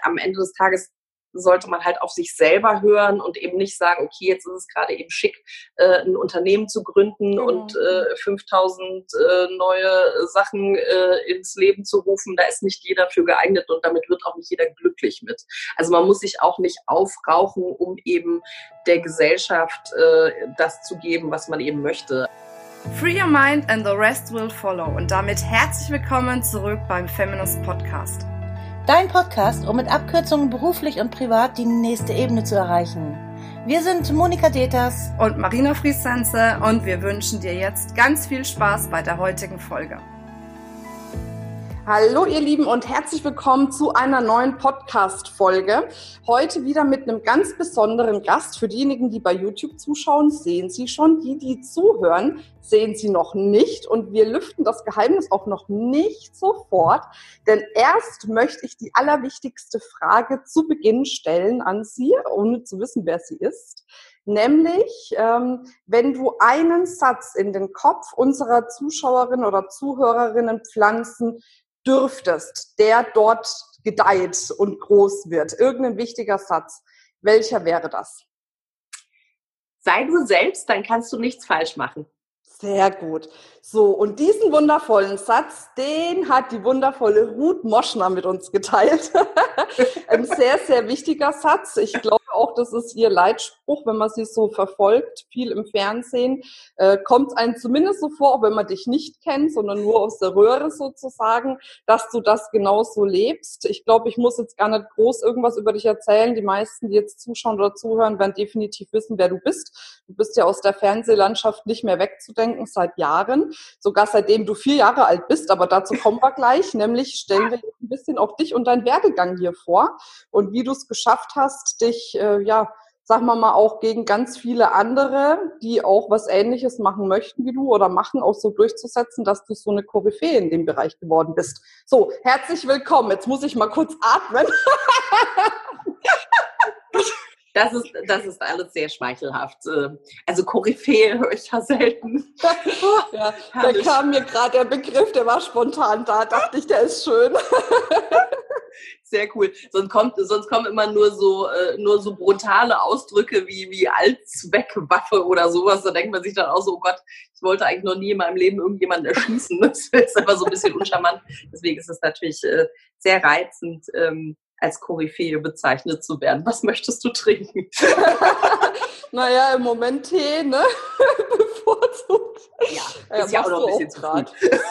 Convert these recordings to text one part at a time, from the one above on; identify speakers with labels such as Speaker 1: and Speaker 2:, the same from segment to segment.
Speaker 1: am Ende des Tages sollte man halt auf sich selber hören und eben nicht sagen, okay, jetzt ist es gerade eben schick, ein Unternehmen zu gründen und 5000 neue Sachen ins Leben zu rufen. Da ist nicht jeder für geeignet und damit wird auch nicht jeder glücklich mit. Also man muss sich auch nicht aufrauchen, um eben der Gesellschaft das zu geben, was man eben möchte.
Speaker 2: Free your mind and the rest will follow. Und damit herzlich willkommen zurück beim Feminist Podcast.
Speaker 3: Dein Podcast, um mit Abkürzungen beruflich und privat die nächste Ebene zu erreichen. Wir sind Monika Deters
Speaker 2: und Marina Friesense und wir wünschen dir jetzt ganz viel Spaß bei der heutigen Folge. Hallo ihr Lieben und herzlich willkommen zu einer neuen Podcast-Folge. Heute wieder mit einem ganz besonderen Gast. Für diejenigen, die bei YouTube zuschauen, sehen Sie schon. Die zuhören, sehen Sie noch nicht. Und wir lüften das Geheimnis auch noch nicht sofort. Denn erst möchte ich die allerwichtigste Frage zu Beginn stellen an Sie, ohne zu wissen, wer sie ist. Nämlich, wenn du einen Satz in den Kopf unserer Zuschauerinnen oder Zuhörerinnen pflanzen dürftest, der dort gedeiht und groß wird. Irgendein wichtiger Satz. Welcher wäre das?
Speaker 1: Sei du selbst, dann kannst du nichts falsch machen.
Speaker 2: Sehr gut. So, und diesen wundervollen Satz, den hat die wundervolle Ruth Moschner mit uns geteilt. Ein sehr, sehr wichtiger Satz. Ich glaube auch, das ist ihr Leitspruch, wenn man sie so verfolgt, viel im Fernsehen, kommt es einem zumindest so vor, auch wenn man dich nicht kennt, sondern nur aus der Röhre sozusagen, dass du das genauso lebst. Ich glaube, ich muss jetzt gar nicht groß irgendwas über dich erzählen. Die meisten, die jetzt zuschauen oder zuhören, werden definitiv wissen, wer du bist. Du bist ja aus der Fernsehlandschaft nicht mehr wegzudenken seit Jahren, sogar seitdem du 4 Jahre alt bist, aber dazu kommen wir gleich, nämlich stellen wir ein bisschen auch dich und deinen Werdegang hier vor und wie du es geschafft hast, dich, sagen wir mal, auch gegen ganz viele andere, die auch was Ähnliches machen möchten wie du oder machen, auch so durchzusetzen, dass du so eine Koryphäe in dem Bereich geworden bist. So, herzlich willkommen. Jetzt muss ich mal kurz atmen.
Speaker 1: Das ist alles sehr schmeichelhaft. Also Koryphäe höre ich ja selten.
Speaker 2: Ja, da kam mir gerade der Begriff, der war spontan da, dachte ich, der ist schön.
Speaker 1: Sehr cool. Sonst kommen immer nur so brutale Ausdrücke wie Allzweckwaffe oder sowas. Da denkt man sich dann auch so, oh Gott, ich wollte eigentlich noch nie in meinem Leben irgendjemanden erschießen. Das ist aber so ein bisschen uncharmant. Deswegen ist es natürlich sehr reizend, als Koryphäe bezeichnet zu werden. Was möchtest du trinken?
Speaker 2: Naja, im Moment Tee, ne? Bevorzugt.
Speaker 1: Ja, ist ja auch noch ein bisschen zu früh.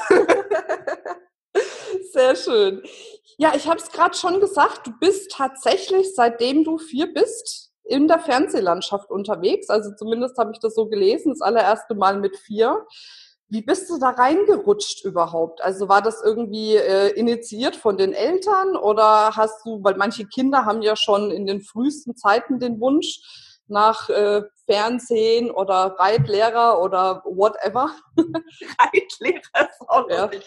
Speaker 2: Sehr schön. Ja, ich habe es gerade schon gesagt, du bist tatsächlich, seitdem du 4 bist, in der Fernsehlandschaft unterwegs. Also zumindest habe ich das so gelesen, das allererste Mal mit 4. Wie bist du da reingerutscht überhaupt? Also war das irgendwie initiiert von den Eltern oder hast du, weil manche Kinder haben ja schon in den frühesten Zeiten den Wunsch nach Fernsehen oder Reitlehrer oder whatever?
Speaker 1: Reitlehrer ist auch lustig.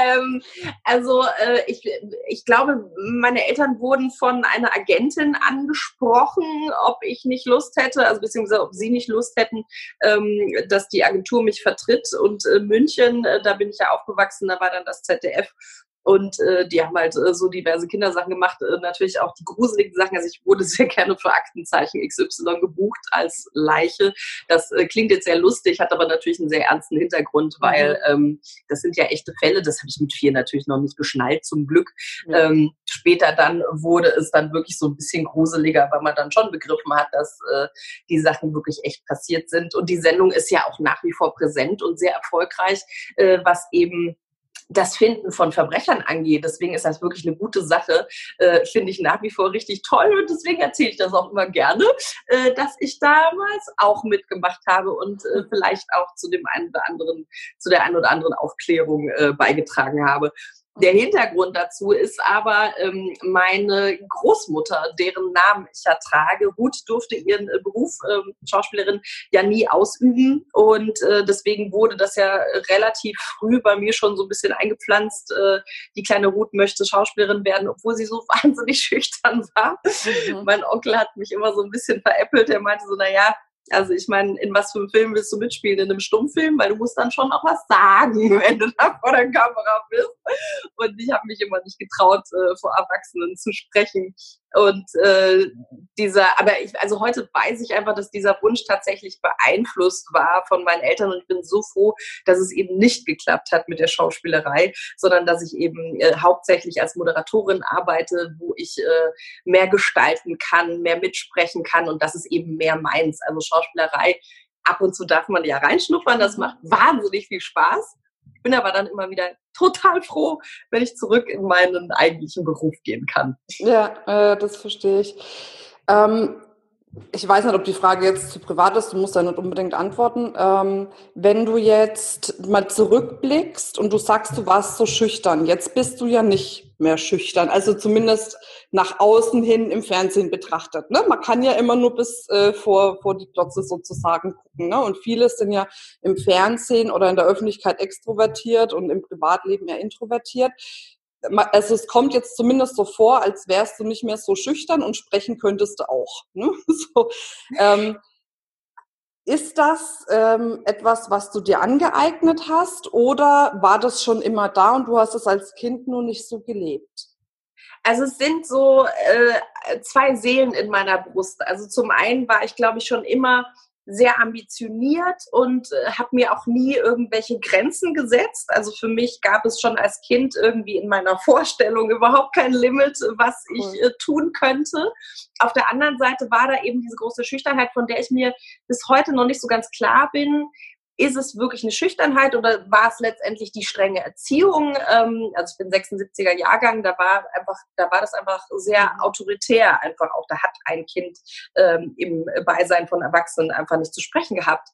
Speaker 1: Ich glaube, meine Eltern wurden von einer Agentin angesprochen, ob ich nicht Lust hätte, also beziehungsweise ob sie nicht Lust hätten, dass die Agentur mich vertritt. Und München, da bin ich ja aufgewachsen, da war dann das ZDF. Und die haben halt so diverse Kindersachen gemacht, natürlich auch die gruseligen Sachen. Also ich wurde sehr gerne für Aktenzeichen XY gebucht als Leiche. Das klingt jetzt sehr lustig, hat aber natürlich einen sehr ernsten Hintergrund, weil das sind ja echte Fälle. Das habe ich mit 4 natürlich noch nicht geschnallt, zum Glück. Ja. Später dann wurde es dann wirklich so ein bisschen gruseliger, weil man dann schon begriffen hat, dass die Sachen wirklich echt passiert sind. Und die Sendung ist ja auch nach wie vor präsent und sehr erfolgreich, was eben das Finden von Verbrechern angeht. Deswegen ist das wirklich eine gute Sache, finde ich nach wie vor richtig toll und deswegen erzähle ich das auch immer gerne, dass ich damals auch mitgemacht habe und vielleicht auch zu der einen oder anderen Aufklärung beigetragen habe. Der Hintergrund dazu ist aber meine Großmutter, deren Namen ich ja trage. Ruth durfte ihren Beruf Schauspielerin ja nie ausüben und deswegen wurde das ja relativ früh bei mir schon so ein bisschen eingepflanzt. Die kleine Ruth möchte Schauspielerin werden, obwohl sie so wahnsinnig schüchtern war. Mein Onkel hat mich immer so ein bisschen veräppelt. Er meinte so, naja, Also ich meine, in was für einem Film willst du mitspielen? In einem Stummfilm? Weil du musst dann schon auch was sagen, wenn du da vor der Kamera bist. Und ich habe mich immer nicht getraut, vor Erwachsenen zu sprechen. Und also heute weiß ich einfach, dass dieser Wunsch tatsächlich beeinflusst war von meinen Eltern und ich bin so froh, dass es eben nicht geklappt hat mit der Schauspielerei, sondern dass ich eben hauptsächlich als Moderatorin arbeite, wo ich mehr gestalten kann, mehr mitsprechen kann und das ist eben mehr meins. Also Schauspielerei, ab und zu darf man ja reinschnuppern, das macht wahnsinnig viel Spaß. Ich bin aber dann immer wieder total froh, wenn ich zurück in meinen eigentlichen Beruf gehen kann.
Speaker 2: Ja, das verstehe ich. Ich weiß nicht, ob die Frage jetzt zu privat ist, du musst da nicht unbedingt antworten. Wenn du jetzt mal zurückblickst und du sagst, du warst so schüchtern, jetzt bist du ja nicht mehr schüchtern, also zumindest nach außen hin im Fernsehen betrachtet. Ne? Man kann ja immer nur bis vor die Glotze sozusagen gucken. Ne? Und viele sind ja im Fernsehen oder in der Öffentlichkeit extrovertiert und im Privatleben eher introvertiert. Also es kommt jetzt zumindest so vor, als wärst du nicht mehr so schüchtern und sprechen könntest du auch. Ne? So, ist das etwas, was du dir angeeignet hast oder war das schon immer da und du hast es als Kind nur nicht so gelebt?
Speaker 1: Also es sind so zwei Seelen in meiner Brust. Also zum einen war ich, glaube ich, schon immer sehr ambitioniert und habe mir auch nie irgendwelche Grenzen gesetzt. Also für mich gab es schon als Kind irgendwie in meiner Vorstellung überhaupt kein Limit, was ich tun könnte. Auf der anderen Seite war da eben diese große Schüchternheit, von der ich mir bis heute noch nicht so ganz klar bin. Ist es wirklich eine Schüchternheit oder war es letztendlich die strenge Erziehung? Also ich bin 76er Jahrgang, da war das einfach sehr autoritär, einfach auch. Da hat ein Kind im Beisein von Erwachsenen einfach nicht zu sprechen gehabt.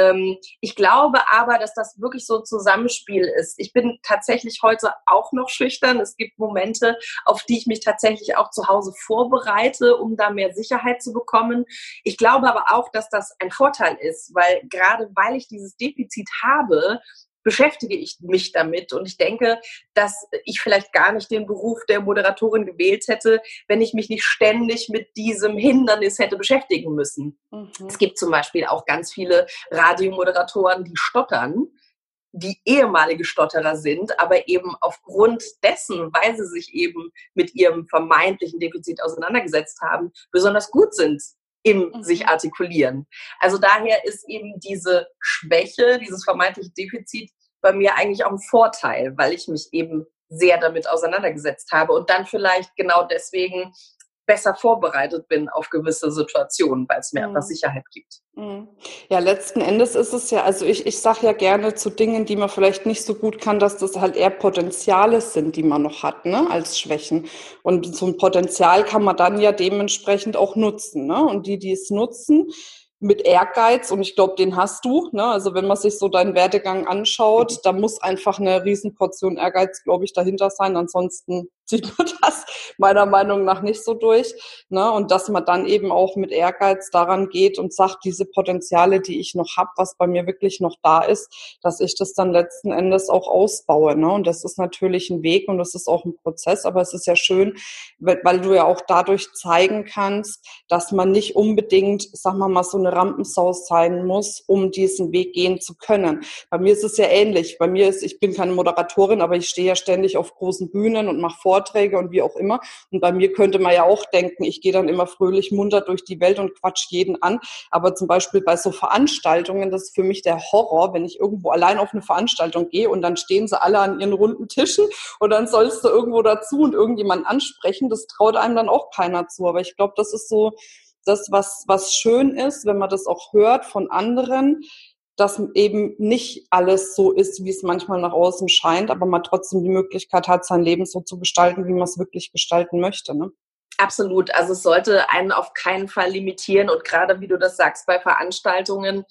Speaker 1: Ich glaube aber, dass das wirklich so ein Zusammenspiel ist. Ich bin tatsächlich heute auch noch schüchtern. Es gibt Momente, auf die ich mich tatsächlich auch zu Hause vorbereite, um da mehr Sicherheit zu bekommen. Ich glaube aber auch, dass das ein Vorteil ist, weil ich dieses Defizit habe, beschäftige ich mich damit und ich denke, dass ich vielleicht gar nicht den Beruf der Moderatorin gewählt hätte, wenn ich mich nicht ständig mit diesem Hindernis hätte beschäftigen müssen. Es gibt zum Beispiel auch ganz viele Radiomoderatoren, die stottern, die ehemalige Stotterer sind, aber eben aufgrund dessen, weil sie sich eben mit ihrem vermeintlichen Defizit auseinandergesetzt haben, besonders gut sind im sich artikulieren. Also daher ist eben diese Schwäche, dieses vermeintliche Defizit bei mir eigentlich auch ein Vorteil, weil ich mich eben sehr damit auseinandergesetzt habe und dann vielleicht genau deswegen besser vorbereitet bin auf gewisse Situationen, weil es mir einfach Sicherheit gibt.
Speaker 2: Ja, letzten Endes ist es ja, also ich sage ja gerne zu Dingen, die man vielleicht nicht so gut kann, dass das halt eher Potenziale sind, die man noch hat, ne, als Schwächen. Und so ein Potenzial kann man dann ja dementsprechend auch nutzen, ne? Und die es nutzen, mit Ehrgeiz, und ich glaube, den hast du, ne? Also wenn man sich so deinen Werdegang anschaut, da muss einfach eine Riesenportion Ehrgeiz, glaube ich, dahinter sein. Ansonsten zieht man das meiner Meinung nach nicht so durch, ne? Und dass man dann eben auch mit Ehrgeiz daran geht und sagt, diese Potenziale, die ich noch habe, was bei mir wirklich noch da ist, dass ich das dann letzten Endes auch ausbaue, ne? Und das ist natürlich ein Weg und das ist auch ein Prozess, aber es ist ja schön, weil du ja auch dadurch zeigen kannst, dass man nicht unbedingt, sagen wir mal, so eine Rampensau sein muss, um diesen Weg gehen zu können. Bei mir ist es ja ähnlich. Ich bin keine Moderatorin, aber ich stehe ja ständig auf großen Bühnen und mache Vorträge und wie auch immer. Und bei mir könnte man ja auch denken, ich gehe dann immer fröhlich munter durch die Welt und quatsch jeden an. Aber zum Beispiel bei so Veranstaltungen, das ist für mich der Horror, wenn ich irgendwo allein auf eine Veranstaltung gehe und dann stehen sie alle an ihren runden Tischen und dann sollst du irgendwo dazu und irgendjemanden ansprechen. Das traut einem dann auch keiner zu. Aber ich glaube, das ist so das, was schön ist, wenn man das auch hört von anderen, dass eben nicht alles so ist, wie es manchmal nach außen scheint, aber man trotzdem die Möglichkeit hat, sein Leben so zu gestalten, wie man es wirklich gestalten möchte, ne?
Speaker 1: Absolut. Also es sollte einen auf keinen Fall limitieren. Und gerade wie du das sagst, bei Veranstaltungen,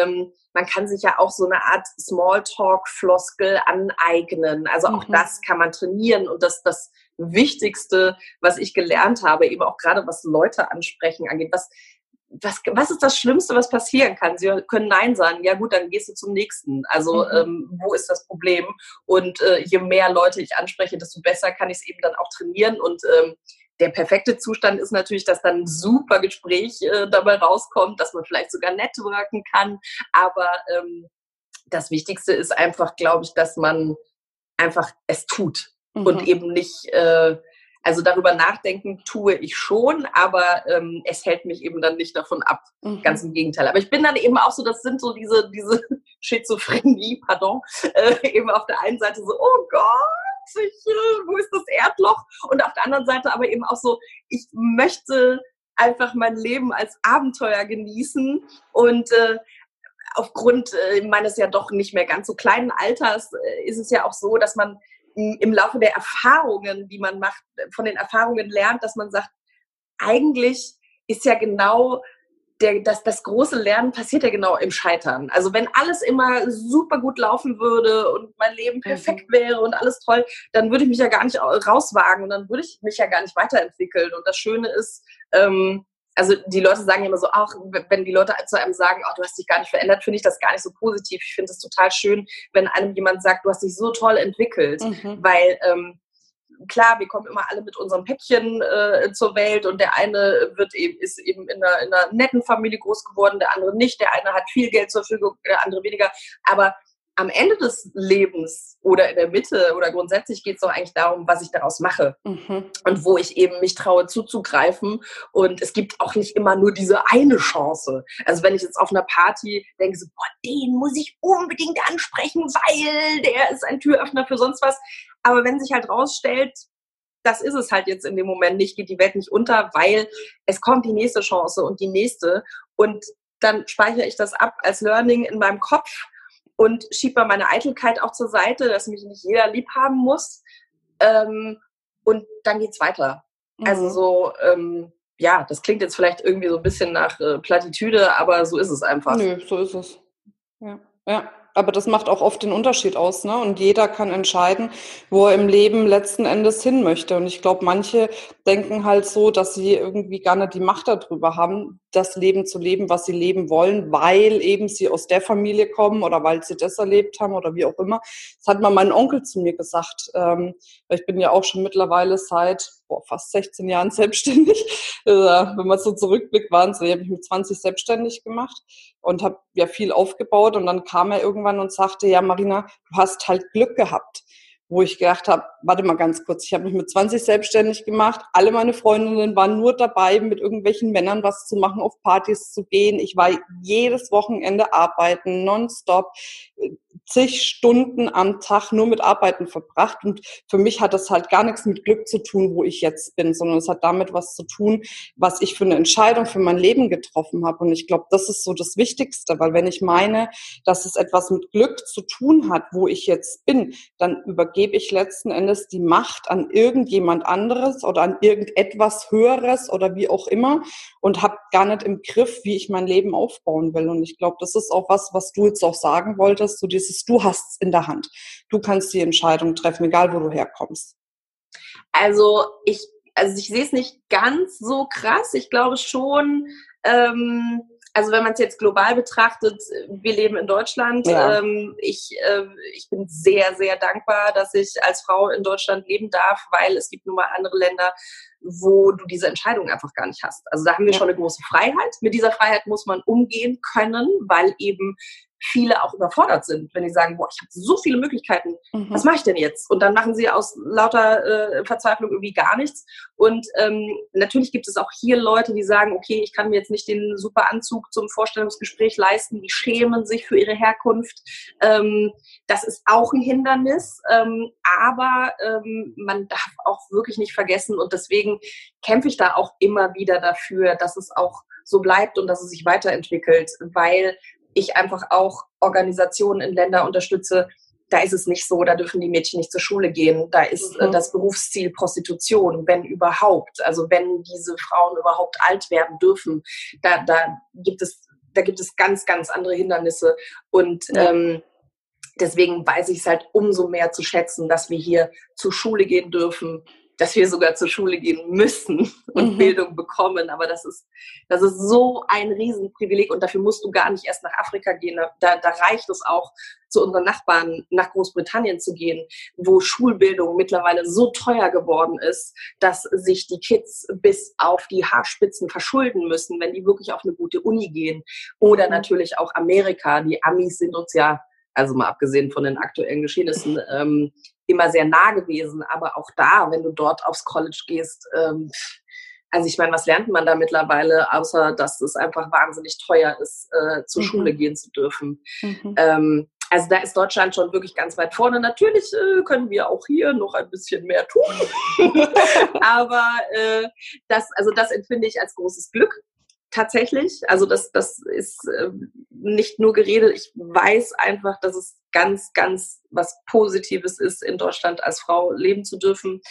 Speaker 1: man kann sich ja auch so eine Art Smalltalk-Floskel aneignen. Also auch das kann man trainieren. Und das Wichtigste, was ich gelernt habe, eben auch gerade was Leute ansprechen angeht, was ist das Schlimmste, was passieren kann? Sie können Nein sagen. Ja gut, dann gehst du zum nächsten. Also wo ist das Problem? Und je mehr Leute ich anspreche, desto besser kann ich es eben dann auch trainieren. Und der perfekte Zustand ist natürlich, dass dann ein super Gespräch dabei rauskommt, dass man vielleicht sogar networken kann. Aber das Wichtigste ist einfach, glaube ich, dass man einfach es tut und eben nicht, also darüber nachdenken tue ich schon, aber es hält mich eben dann nicht davon ab. Ganz im Gegenteil. Aber ich bin dann eben auch so, das sind so diese Schizophrenie, eben auf der einen Seite so, oh Gott, wo ist das Erdloch? Und auf der anderen Seite aber eben auch so, ich möchte einfach mein Leben als Abenteuer genießen und aufgrund meines ja doch nicht mehr ganz so kleinen Alters ist es ja auch so, dass man im Laufe der Erfahrungen, die man macht, von den Erfahrungen lernt, dass man sagt, eigentlich ist ja genau das große Lernen passiert ja genau im Scheitern. Also wenn alles immer super gut laufen würde und mein Leben perfekt wäre und alles toll, dann würde ich mich ja gar nicht rauswagen und dann würde ich mich ja gar nicht weiterentwickeln. Und das Schöne ist, also die Leute sagen immer so, auch wenn die Leute zu einem sagen, du hast dich gar nicht verändert, finde ich das gar nicht so positiv. Ich finde es total schön, wenn einem jemand sagt, du hast dich so toll entwickelt, weil klar, wir kommen immer alle mit unserem Päckchen zur Welt und der eine ist eben in einer netten Familie groß geworden, der andere nicht, der eine hat viel Geld zur Verfügung, der andere weniger, aber am Ende des Lebens oder in der Mitte oder grundsätzlich geht es doch eigentlich darum, was ich daraus mache und wo ich eben mich traue zuzugreifen. Und es gibt auch nicht immer nur diese eine Chance. Also wenn ich jetzt auf einer Party denke, so, den muss ich unbedingt ansprechen, weil der ist ein Türöffner für sonst was. Aber wenn sich halt rausstellt, das ist es halt jetzt in dem Moment nicht, geht die Welt nicht unter, weil es kommt die nächste Chance und die nächste. Und dann speichere ich das ab als Learning in meinem Kopf und schiebe meine Eitelkeit auch zur Seite, dass mich nicht jeder lieb haben muss. Und dann geht's weiter. Also so, ja, das klingt jetzt vielleicht irgendwie so ein bisschen nach Plattitüde, aber so ist es einfach.
Speaker 2: Nö, so ist es. Ja. Aber das macht auch oft den Unterschied aus, ne? Und jeder kann entscheiden, wo er im Leben letzten Endes hin möchte. Und ich glaube, manche denken halt so, dass sie irgendwie gar nicht die Macht darüber haben, das Leben zu leben, was sie leben wollen, weil eben sie aus der Familie kommen oder weil sie das erlebt haben oder wie auch immer. Das hat mal mein Onkel zu mir gesagt. Weil ich bin ja auch schon mittlerweile seit fast 16 Jahren selbstständig. Wenn man so zurückblickt, waren so, ich habe mich mit 20 selbstständig gemacht und habe ja viel aufgebaut und dann kam er irgendwann und sagte, ja Marina, du hast halt Glück gehabt. Wo ich gedacht habe, warte mal ganz kurz, ich habe mich mit 20 selbstständig gemacht, alle meine Freundinnen waren nur dabei, mit irgendwelchen Männern was zu machen, auf Partys zu gehen. Ich war jedes Wochenende arbeiten, nonstop, zig Stunden am Tag nur mit Arbeiten verbracht und für mich hat das halt gar nichts mit Glück zu tun, wo ich jetzt bin, sondern es hat damit was zu tun, was ich für eine Entscheidung für mein Leben getroffen habe und ich glaube, das ist so das Wichtigste, weil wenn ich meine, dass es etwas mit Glück zu tun hat, wo ich jetzt bin, dann übergebe ich letzten Endes die Macht an irgendjemand anderes oder an irgendetwas Höheres oder wie auch immer und habe gar nicht im Griff, wie ich mein Leben aufbauen will und ich glaube, das ist auch was du jetzt auch sagen wolltest, so dieses, du hast es in der Hand. Du kannst die Entscheidung treffen, egal wo du herkommst.
Speaker 1: Also ich sehe es nicht ganz so krass. Ich glaube schon, also wenn man es jetzt global betrachtet, wir leben in Deutschland.
Speaker 2: Ja.
Speaker 1: Ich bin sehr, sehr dankbar, dass ich als Frau in Deutschland leben darf, weil es gibt nun mal andere Länder, wo du diese Entscheidung einfach gar nicht hast. Also da haben wir schon eine große Freiheit. Mit dieser Freiheit muss man umgehen können, weil eben viele auch überfordert sind, wenn die sagen, ich habe so viele Möglichkeiten, was mache ich denn jetzt? Und dann machen sie aus lauter Verzweiflung irgendwie gar nichts. Und natürlich gibt es auch hier Leute, die sagen, okay, ich kann mir jetzt nicht den super Anzug zum Vorstellungsgespräch leisten, die schämen sich für ihre Herkunft. Das ist auch ein Hindernis, aber man darf auch wirklich nicht vergessen und deswegen kämpfe ich da auch immer wieder dafür, dass es auch so bleibt und dass es sich weiterentwickelt, weil ich einfach auch Organisationen in Ländern unterstütze, da ist es nicht so, da dürfen die Mädchen nicht zur Schule gehen, da ist das Berufsziel Prostitution, wenn überhaupt, also wenn diese Frauen überhaupt alt werden dürfen, da gibt es ganz, ganz andere Hindernisse und deswegen weiß ich es halt umso mehr zu schätzen, dass wir hier zur Schule gehen dürfen, dass wir sogar zur Schule gehen müssen und Bildung bekommen. Aber das ist so ein Riesenprivileg und dafür musst du gar nicht erst nach Afrika gehen. Da reicht es auch, zu unseren Nachbarn nach Großbritannien zu gehen, wo Schulbildung mittlerweile so teuer geworden ist, dass sich die Kids bis auf die Haarspitzen verschulden müssen, wenn die wirklich auf eine gute Uni gehen. Oder natürlich auch Amerika. Die Amis sind uns ja, also mal abgesehen von den aktuellen Geschehnissen, immer sehr nah gewesen. Aber auch da, wenn du dort aufs College gehst, also ich meine, was lernt man da mittlerweile, außer dass es einfach wahnsinnig teuer ist, zur Schule gehen zu dürfen. Also da ist Deutschland schon wirklich ganz weit vorne. Natürlich können wir auch hier noch ein bisschen mehr tun. Aber das empfinde ich als großes Glück. Tatsächlich. Also das ist nicht nur geredet. Ich weiß einfach, dass es ganz, ganz was Positives ist, in Deutschland als Frau leben zu dürfen.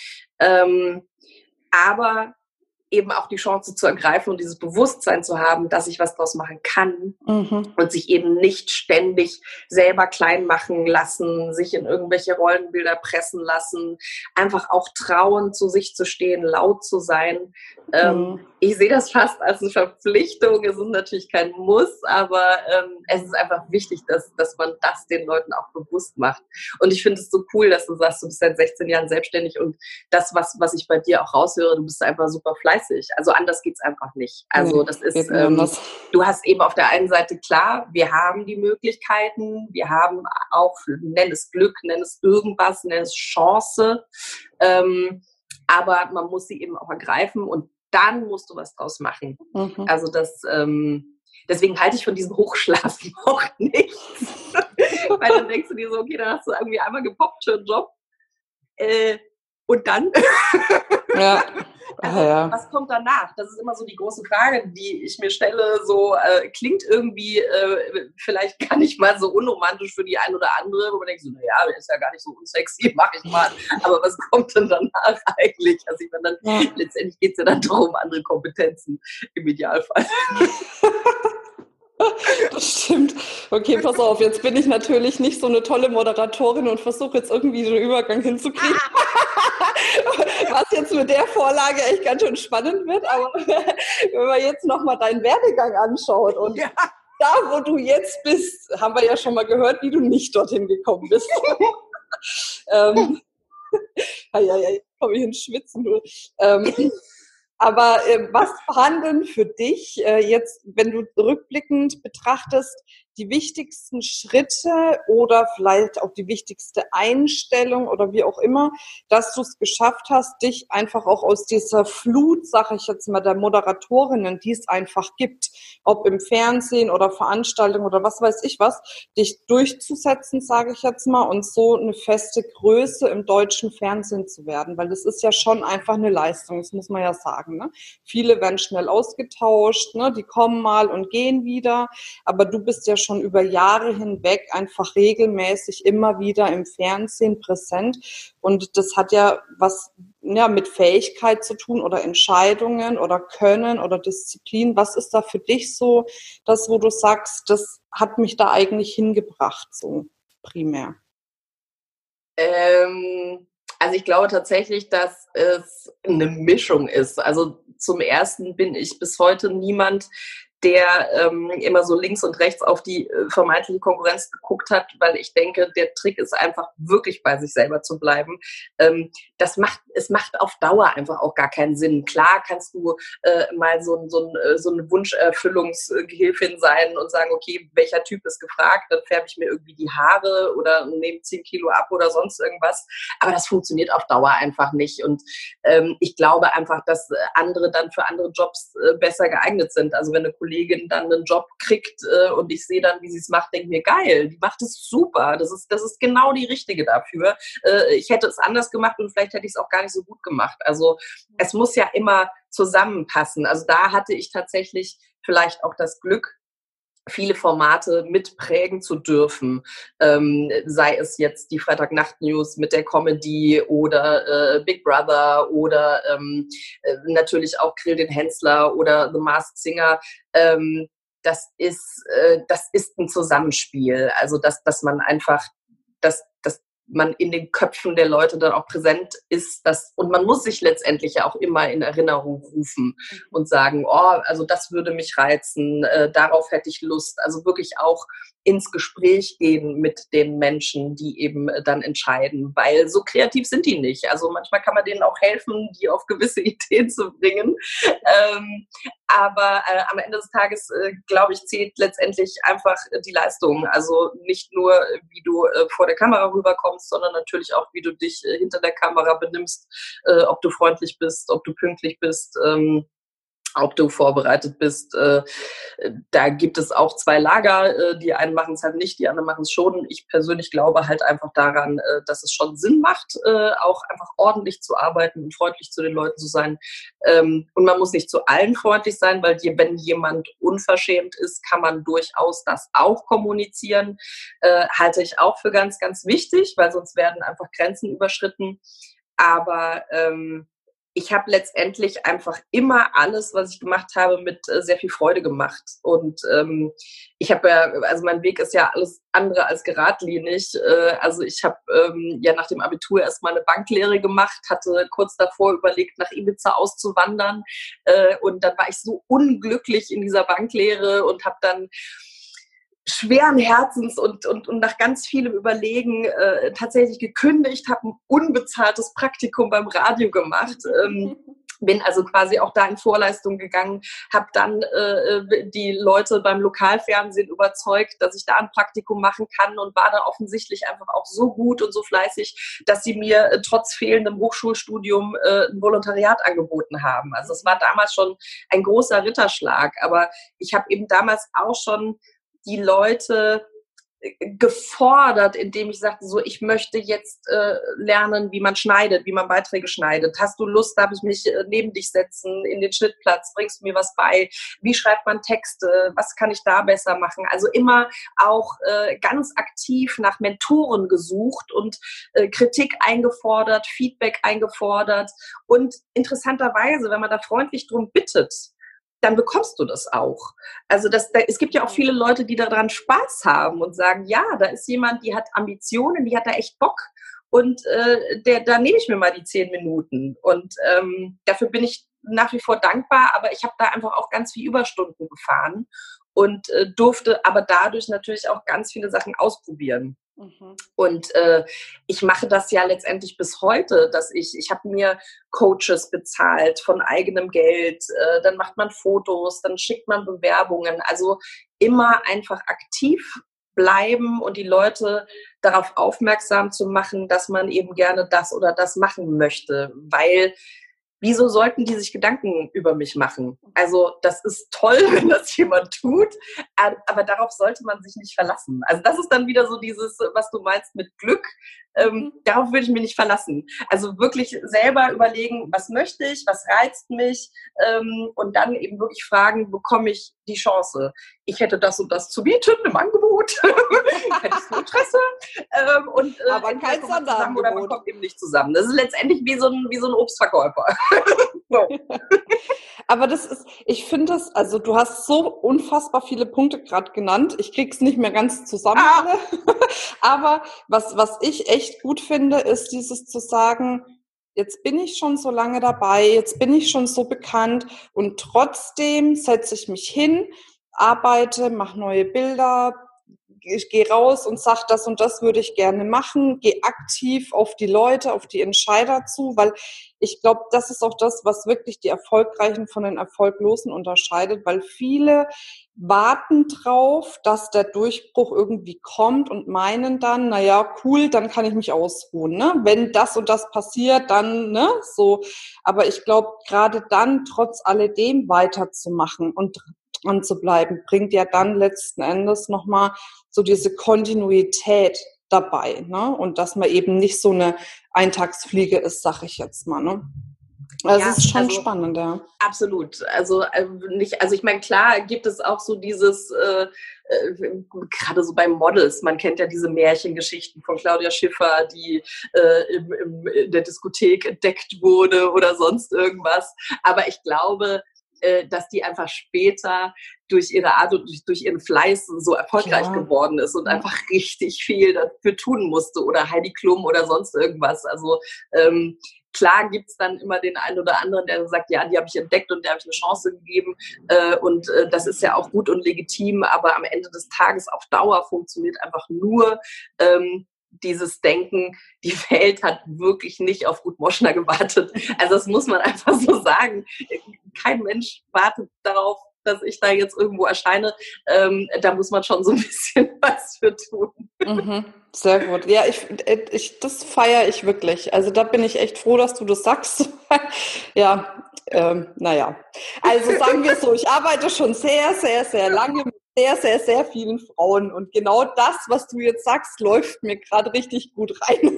Speaker 1: Aber eben auch die Chance zu ergreifen und dieses Bewusstsein zu haben, dass ich was draus machen kann und sich eben nicht ständig selber klein machen lassen, sich in irgendwelche Rollenbilder pressen lassen, einfach auch trauen, zu sich zu stehen, laut zu sein. Ich sehe das fast als eine Verpflichtung. Es ist natürlich kein Muss, aber es ist einfach wichtig, dass man das den Leuten auch bewusst macht. Und ich finde es so cool, dass du sagst, du bist seit 16 Jahren selbstständig und das, was ich bei dir auch raushöre, du bist einfach super fleißig. Also anders geht's einfach nicht. Also das ist, du hast eben auf der einen Seite klar, wir haben die Möglichkeiten, wir haben auch, nenn es Glück, nenn es irgendwas, nenn es Chance, aber man muss sie eben auch ergreifen und dann musst du was draus machen. Also deswegen halte ich von diesem Hochschlafen auch nichts. Weil dann denkst du dir so, okay, dann hast du irgendwie einmal gepoppt für einen Job und dann?
Speaker 2: Ja.
Speaker 1: Also, was kommt danach? Das ist immer so die große Frage, die ich mir stelle. So klingt irgendwie vielleicht gar nicht mal so unromantisch für die ein oder andere, wo man denkt so, naja, der ist ja gar nicht so unsexy, mach ich mal. Aber was kommt denn danach eigentlich? Also ich meine, letztendlich geht es ja dann darum, andere Kompetenzen im Idealfall.
Speaker 2: Das stimmt. Okay, pass auf, jetzt bin ich natürlich nicht so eine tolle Moderatorin und versuche jetzt irgendwie den Übergang hinzukriegen. Was jetzt mit der Vorlage echt ganz schön spannend wird, aber wenn man jetzt nochmal deinen Werdegang anschaut und da, wo du jetzt bist, haben wir ja schon mal gehört, wie du nicht dorthin gekommen bist. Komme ich ins Schwitzen. Aber was waren denn für dich jetzt, wenn du rückblickend betrachtest, die wichtigsten Schritte oder vielleicht auch die wichtigste Einstellung oder wie auch immer, dass du es geschafft hast, dich einfach auch aus dieser Flut, sage ich jetzt mal, der Moderatorinnen, die es einfach gibt, ob im Fernsehen oder Veranstaltungen oder was weiß ich was, dich durchzusetzen, sage ich jetzt mal, und so eine feste Größe im deutschen Fernsehen zu werden, weil das ist ja schon einfach eine Leistung, das muss man ja sagen. Ne? Viele werden schnell ausgetauscht, ne? Die kommen mal und gehen wieder, aber du bist ja schon über Jahre hinweg einfach regelmäßig immer wieder im Fernsehen präsent und das hat ja was mit Fähigkeit zu tun oder Entscheidungen oder Können oder Disziplin. Was ist da für dich so das, wo du sagst, das hat mich da eigentlich hingebracht, so primär?
Speaker 1: Also ich glaube tatsächlich, dass es eine Mischung ist. Also zum Ersten bin ich bis heute niemand, der immer so links und rechts auf die vermeintliche Konkurrenz geguckt hat, weil ich denke, der Trick ist einfach wirklich bei sich selber zu bleiben. Es macht auf Dauer einfach auch gar keinen Sinn. Klar kannst du mal so eine Wunscherfüllungsgehilfin sein und sagen, okay, welcher Typ ist gefragt, dann färbe ich mir irgendwie die Haare oder nehme 10 Kilo ab oder sonst irgendwas. Aber das funktioniert auf Dauer einfach nicht. Und ich glaube einfach, dass andere dann für andere Jobs besser geeignet sind. Also wenn eine Kollegin dann einen Job kriegt und ich sehe dann, wie sie es macht, denke mir, geil, die macht es super. Das ist genau die Richtige dafür. Ich hätte es anders gemacht und vielleicht hätte ich es auch gar nicht so gut gemacht. Also es muss ja immer zusammenpassen. Also da hatte ich tatsächlich vielleicht auch das Glück, viele Formate mitprägen zu dürfen, sei es jetzt die Freitagnacht-News mit der Comedy oder Big Brother oder natürlich auch Grill den Hensler oder The Masked Singer. Das ist ein Zusammenspiel. Also dass man einfach, dass man in den Köpfen der Leute dann auch präsent ist. Und man muss sich letztendlich ja auch immer in Erinnerung rufen und sagen, oh, also das würde mich reizen, darauf hätte ich Lust. Also wirklich auch ins Gespräch gehen mit den Menschen, die eben dann entscheiden, weil so kreativ sind die nicht. Also manchmal kann man denen auch helfen, die auf gewisse Ideen zu bringen. Aber am Ende des Tages, glaube ich, zählt letztendlich einfach die Leistung. Also nicht nur, wie du vor der Kamera rüberkommst, sondern natürlich auch, wie du dich hinter der Kamera benimmst, ob du freundlich bist, ob du pünktlich bist, ob du vorbereitet bist. Da gibt es auch zwei Lager. Die einen machen es halt nicht, die anderen machen es schon. Ich persönlich glaube halt einfach daran, dass es schon Sinn macht, auch einfach ordentlich zu arbeiten und freundlich zu den Leuten zu sein. Und man muss nicht zu allen freundlich sein, weil wenn jemand unverschämt ist, kann man durchaus das auch kommunizieren. Halte ich auch für ganz, ganz wichtig, weil sonst werden einfach Grenzen überschritten. Aber ich habe letztendlich einfach immer alles, was ich gemacht habe, mit sehr viel Freude gemacht. Und ich habe ja, also mein Weg ist ja alles andere als geradlinig. Also ich habe ja nach dem Abitur erstmal eine Banklehre gemacht, hatte kurz davor überlegt, nach Ibiza auszuwandern. Und dann war ich so unglücklich in dieser Banklehre und habe dann schweren Herzens und nach ganz vielem Überlegen tatsächlich gekündigt, habe ein unbezahltes Praktikum beim Radio gemacht. Bin also quasi auch da in Vorleistung gegangen, habe dann die Leute beim Lokalfernsehen überzeugt, dass ich da ein Praktikum machen kann und war da offensichtlich einfach auch so gut und so fleißig, dass sie mir trotz fehlendem Hochschulstudium ein Volontariat angeboten haben. Also es war damals schon ein großer Ritterschlag, aber ich habe eben damals auch schon die Leute gefordert, indem ich sagte, so, ich möchte jetzt lernen, wie man schneidet, wie man Beiträge schneidet. Hast du Lust, darf ich mich neben dich setzen in den Schnittplatz? Bringst du mir was bei? Wie schreibt man Texte? Was kann ich da besser machen? Also immer auch ganz aktiv nach Mentoren gesucht und Kritik eingefordert, Feedback eingefordert. Und interessanterweise, wenn man da freundlich drum bittet, dann bekommst du das auch. Also es gibt ja auch viele Leute, die daran Spaß haben und sagen, ja, da ist jemand, die hat Ambitionen, die hat da echt Bock und da nehme ich mir mal die 10 Minuten. Und dafür bin ich nach wie vor dankbar, aber ich habe da einfach auch ganz viel Überstunden gefahren und durfte aber dadurch natürlich auch ganz viele Sachen ausprobieren. Und ich mache das ja letztendlich bis heute, dass ich habe mir Coaches bezahlt von eigenem Geld, dann macht man Fotos, dann schickt man Bewerbungen, also immer einfach aktiv bleiben und die Leute darauf aufmerksam zu machen, dass man eben gerne das oder das machen möchte, weil wieso sollten die sich Gedanken über mich machen? Also das ist toll, wenn das jemand tut, aber darauf sollte man sich nicht verlassen. Also das ist dann wieder so dieses, was du meinst mit Glück. Darauf würde ich mich nicht verlassen. Also wirklich selber überlegen, was möchte ich, was reizt mich und dann eben wirklich fragen, bekomme ich die Chance? Ich hätte das und das zu bieten im Angebot. Hättest du Interesse?
Speaker 2: Aber kein Sonderangebot.
Speaker 1: Oder man kommt eben nicht zusammen. Das ist letztendlich wie so ein Obstverkäufer. So.
Speaker 2: Aber ich finde das, also du hast so unfassbar viele Punkte gerade genannt. Ich krieg's nicht mehr ganz zusammen alle. Aber was ich echt gut finde, ist dieses zu sagen, jetzt bin ich schon so lange dabei, jetzt bin ich schon so bekannt und trotzdem setze ich mich hin, arbeite, mache neue Bilder, ich gehe raus und sage, das und das würde ich gerne machen, gehe aktiv auf die Leute, auf die Entscheider zu, weil ich glaube, das ist auch das, was wirklich die Erfolgreichen von den Erfolglosen unterscheidet, weil viele warten drauf, dass der Durchbruch irgendwie kommt und meinen dann, naja, cool, dann kann ich mich ausruhen, ne? Wenn das und das passiert, dann, ne, so. Aber ich glaube, gerade dann trotz alledem weiterzumachen und dran zu bleiben, bringt ja dann letzten Endes nochmal so diese Kontinuität dabei, ne? Und dass man eben nicht so eine Eintagsfliege ist, sag ich jetzt mal, ne? Also ja, es ist schon spannend, ja.
Speaker 1: Absolut. Also ich meine, klar gibt es auch so dieses, gerade so bei Models, man kennt ja diese Märchengeschichten von Claudia Schiffer, die in der Diskothek entdeckt wurde oder sonst irgendwas. Aber ich glaube, dass die einfach später durch ihre Art und durch ihren Fleiß so erfolgreich geworden ist und einfach richtig viel dafür tun musste oder Heidi Klum oder sonst irgendwas. Also klar gibt's dann immer den einen oder anderen, der sagt, ja, die habe ich entdeckt und der habe ich eine Chance gegeben und das ist ja auch gut und legitim, aber am Ende des Tages auf Dauer funktioniert einfach nur dieses Denken, die Welt hat wirklich nicht auf Ruth Moschner gewartet. Also das muss man einfach so sagen. Kein Mensch wartet darauf, dass ich da jetzt irgendwo erscheine. Da muss man schon so ein bisschen was für tun.
Speaker 2: Mhm, sehr gut. Ja, das feiere ich wirklich. Also da bin ich echt froh, dass du das sagst. Ja, naja. Also sagen wir so, ich arbeite schon sehr, sehr, sehr lange mit sehr, sehr, sehr vielen Frauen und genau das, was du jetzt sagst, läuft mir gerade richtig gut rein.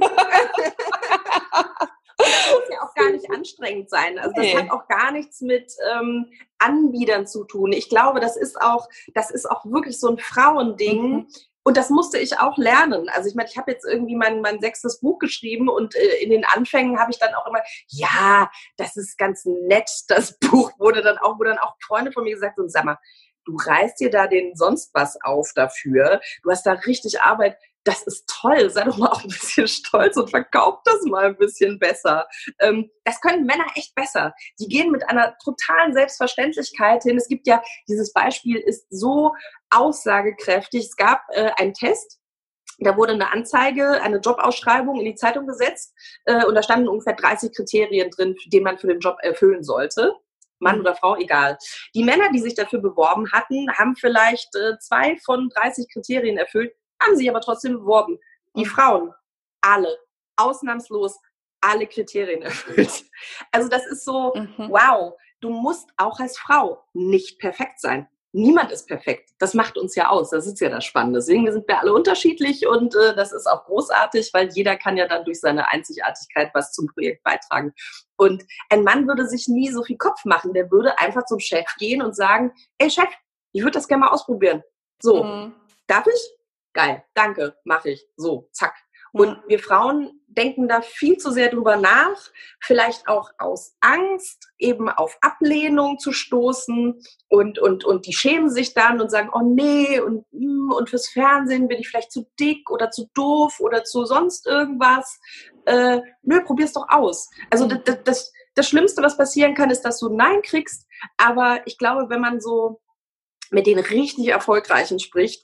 Speaker 1: Das muss ja auch gar nicht anstrengend sein. Also das hat auch gar nichts mit Anbietern zu tun. Ich glaube, das ist auch wirklich so ein Frauending. Mhm. Und das musste ich auch lernen. Also ich meine, ich habe jetzt irgendwie mein 6. Buch geschrieben und in den Anfängen habe ich dann auch immer, ja, das ist ganz nett, das Buch, wo dann auch Freunde von mir gesagt haben, sag mal, du reißt dir da den sonst was auf dafür, du hast da richtig Arbeit, das ist toll, sei doch mal auch ein bisschen stolz und verkauf das mal ein bisschen besser. Das können Männer echt besser. Die gehen mit einer totalen Selbstverständlichkeit hin. Es gibt ja, dieses Beispiel ist so aussagekräftig. Es gab einen Test, da wurde eine Anzeige, eine Jobausschreibung in die Zeitung gesetzt und da standen ungefähr 30 Kriterien drin, die man für den Job erfüllen sollte. Mann oder Frau, egal. Die Männer, die sich dafür beworben hatten, haben vielleicht 2 von 30 Kriterien erfüllt, haben sich aber trotzdem beworben. Die Frauen, alle, ausnahmslos alle Kriterien erfüllt. Also das ist so, wow, du musst auch als Frau nicht perfekt sein. Niemand ist perfekt. Das macht uns ja aus. Das ist ja das Spannende. Deswegen sind wir alle unterschiedlich und das ist auch großartig, weil jeder kann ja dann durch seine Einzigartigkeit was zum Projekt beitragen. Und ein Mann würde sich nie so viel Kopf machen. Der würde einfach zum Chef gehen und sagen, ey Chef, ich würde das gerne mal ausprobieren. So, darf ich? Geil, danke, mache ich. So, zack. Und wir Frauen denken da viel zu sehr drüber nach, vielleicht auch aus Angst, eben auf Ablehnung zu stoßen und die schämen sich dann und sagen, oh nee, und fürs Fernsehen bin ich vielleicht zu dick oder zu doof oder zu sonst irgendwas. Nö, probier's doch aus. Also das Schlimmste, was passieren kann, ist, dass du Nein kriegst, aber ich glaube, wenn man so mit den richtig Erfolgreichen spricht,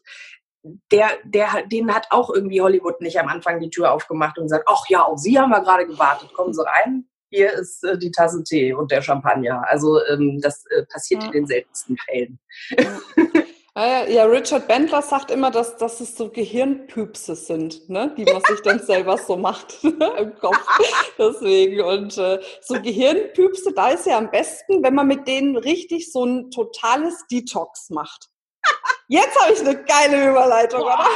Speaker 1: denen hat auch irgendwie Hollywood nicht am Anfang die Tür aufgemacht und gesagt, ach ja, auf Sie haben wir gerade gewartet, kommen Sie rein, hier ist die Tasse Tee und der Champagner. Also das passiert in den seltensten Fällen.
Speaker 2: Ja, Richard Bandler sagt immer, dass es so Gehirnpüpse sind, ne, die man sich dann selber so macht im Kopf. Deswegen. Und so Gehirnpüpse, da ist ja am besten, wenn man mit denen richtig so ein totales Detox macht. Jetzt habe ich eine geile Überleitung, oder?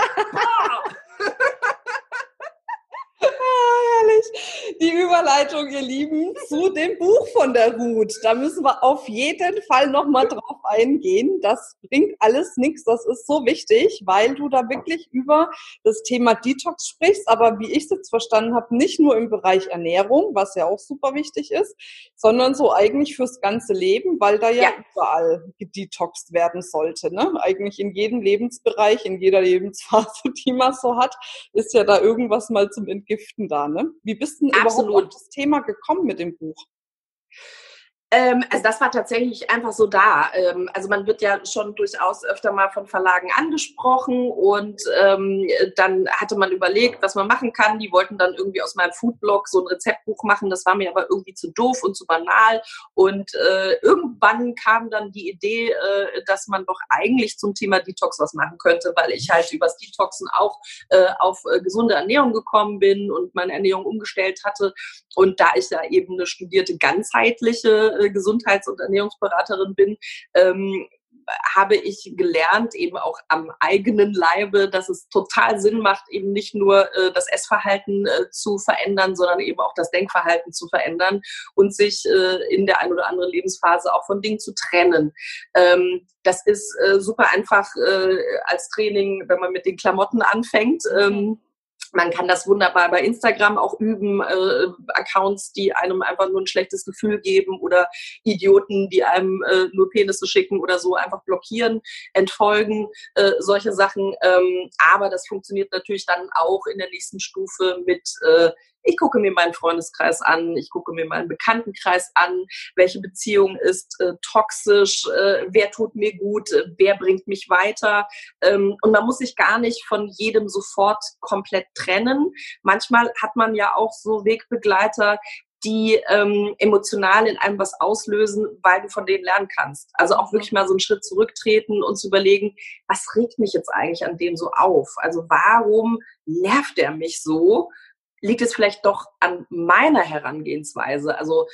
Speaker 2: Herrlich. Die Überleitung, ihr Lieben, zu dem Buch von der Ruth. Da müssen wir auf jeden Fall nochmal drauf eingehen. Das bringt alles nichts. Das ist so wichtig, weil du da wirklich über das Thema Detox sprichst. Aber wie ich es jetzt verstanden habe, nicht nur im Bereich Ernährung, was ja auch super wichtig ist, sondern so eigentlich fürs ganze Leben, weil da ja überall gedetoxt werden sollte. Ne? Eigentlich in jedem Lebensbereich, in jeder Lebensphase, die man so hat, ist ja da irgendwas mal zum Entgiften da. Ne? Wie bist du überhaupt auf das Thema gekommen mit dem Buch?
Speaker 1: Also das war tatsächlich einfach so da. Also man wird ja schon durchaus öfter mal von Verlagen angesprochen und dann hatte man überlegt, was man machen kann. Die wollten dann irgendwie aus meinem Foodblog so ein Rezeptbuch machen. Das war mir aber irgendwie zu doof und zu banal. Und irgendwann kam dann die Idee, dass man doch eigentlich zum Thema Detox was machen könnte, weil ich halt übers Detoxen auch auf gesunde Ernährung gekommen bin und meine Ernährung umgestellt hatte. Und da ich ja eben eine studierte ganzheitliche Gesundheits- und Ernährungsberaterin bin, habe ich gelernt, eben auch am eigenen Leibe, dass es total Sinn macht, eben nicht nur das Essverhalten zu verändern, sondern eben auch das Denkverhalten zu verändern und sich in der ein oder anderen Lebensphase auch von Dingen zu trennen. Das ist super einfach als Training, wenn man mit den Klamotten anfängt. Man kann das wunderbar bei Instagram auch üben, Accounts, die einem einfach nur ein schlechtes Gefühl geben oder Idioten, die einem nur Penisse schicken oder so, einfach blockieren, entfolgen, solche Sachen. Aber das funktioniert natürlich dann auch in der nächsten Stufe mit ich gucke mir meinen Freundeskreis an, ich gucke mir meinen Bekanntenkreis an, welche Beziehung ist toxisch, wer tut mir gut, wer bringt mich weiter. Und man muss sich gar nicht von jedem sofort komplett trennen. Manchmal hat man ja auch so Wegbegleiter, die emotional in einem was auslösen, weil du von denen lernen kannst. Also auch wirklich mal so einen Schritt zurücktreten und zu überlegen, was regt mich jetzt eigentlich an dem so auf? Also warum nervt der mich so? Liegt es vielleicht doch an meiner Herangehensweise? Also